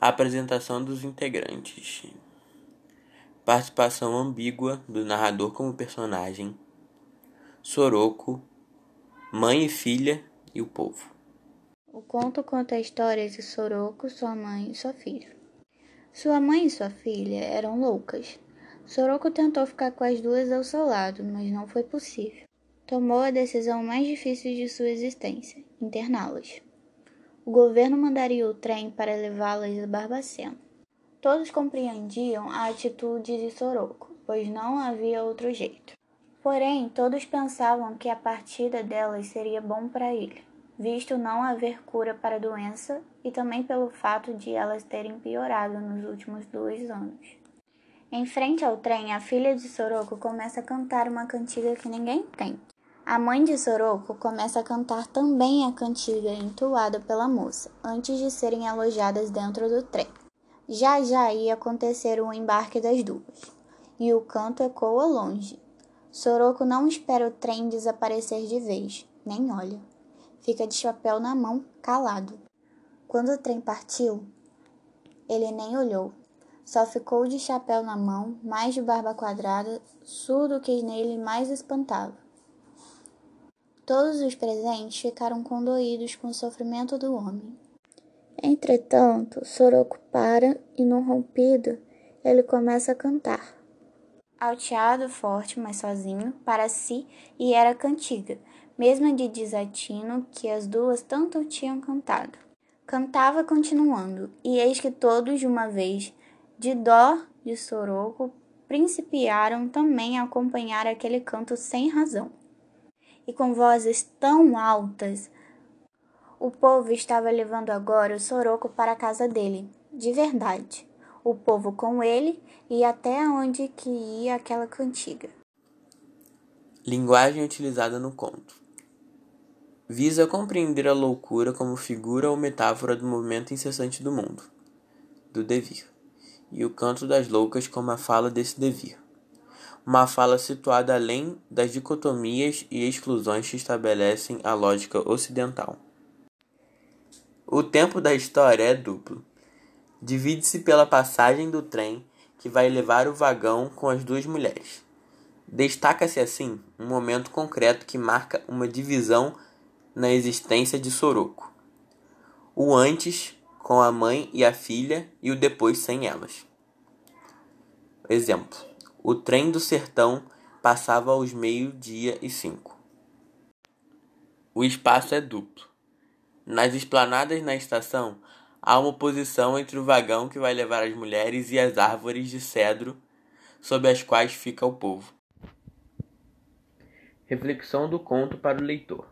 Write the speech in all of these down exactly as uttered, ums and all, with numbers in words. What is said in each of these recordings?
Apresentação dos integrantes. Participação ambígua do narrador como personagem. Soroco, mãe e filha e o povo. O conto conta a história de Soroco, sua mãe e sua filha. Sua mãe e sua filha eram loucas. Soroco tentou ficar com as duas ao seu lado, mas não foi possível. Tomou a decisão mais difícil de sua existência, interná-las. O governo mandaria o trem para levá-las a Barbacena. Todos compreendiam a atitude de Soroco, pois não havia outro jeito. Porém, todos pensavam que a partida delas seria bom para a ilha, visto não haver cura para a doença e também pelo fato de elas terem piorado nos últimos dois anos. Em frente ao trem, a filha de Soroco começa a cantar uma cantiga que ninguém tem. A mãe de Soroco começa a cantar também a cantiga entoada pela moça, antes de serem alojadas dentro do trem. Já já ia acontecer o embarque das duas, e o canto ecoa longe. Soroco não espera o trem desaparecer de vez, nem olha. Fica de chapéu na mão, calado. Quando o trem partiu, ele nem olhou. Só ficou de chapéu na mão, mais de barba quadrada, surdo que nele mais espantava. Todos os presentes ficaram condoídos com o sofrimento do homem. Entretanto, Soroco para e, num rompido, ele começa a cantar. Alteado, forte, mas sozinho, para si, e era cantiga, mesmo de desatino que as duas tanto tinham cantado. Cantava continuando, e eis que todos, de uma vez, de dó de Soroco, principiaram também a acompanhar aquele canto sem razão. E com vozes tão altas, o povo estava levando agora o Soroco para a casa dele, de verdade. O povo com ele e até onde que ia aquela cantiga. Linguagem utilizada no conto. Visa compreender a loucura como figura ou metáfora do movimento incessante do mundo, do devir, e o canto das loucas como a fala desse devir. Uma fala situada além das dicotomias e exclusões que estabelecem a lógica ocidental. O tempo da história é duplo. Divide-se pela passagem do trem que vai levar o vagão com as duas mulheres. Destaca-se assim um momento concreto que marca uma divisão na existência de Soroco. O antes, com a mãe e a filha, e o depois sem elas. Exemplo. O trem do sertão passava aos meio-dia e cinco. O espaço é duplo. Nas esplanadas na estação, há uma oposição entre o vagão que vai levar as mulheres e as árvores de cedro sob as quais fica o povo. Reflexão do conto para o leitor.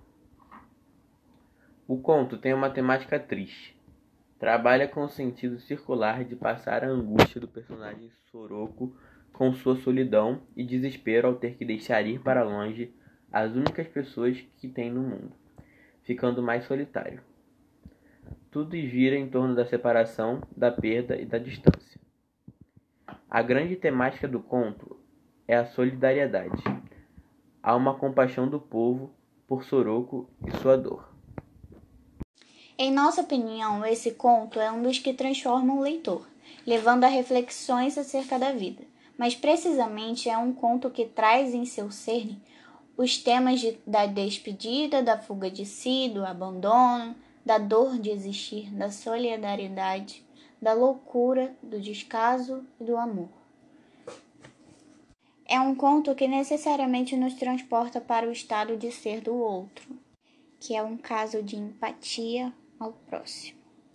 O conto tem uma temática triste. Trabalha com o sentido circular de passar a angústia do personagem Soroco com sua solidão e desespero ao ter que deixar ir para longe as únicas pessoas que tem no mundo, ficando mais solitário. Tudo gira em torno da separação, da perda e da distância. A grande temática do conto é a solidariedade. Há uma compaixão do povo por Soroco e sua dor. Em nossa opinião, esse conto é um dos que transforma o leitor, levando a reflexões acerca da vida. Mas precisamente é um conto que traz em seu cerne os temas de, da despedida, da fuga de si, do abandono, da dor de existir, da solidariedade, da loucura, do descaso e do amor. É um conto que necessariamente nos transporta para o estado de ser do outro, que é um caso de empatia ao próximo.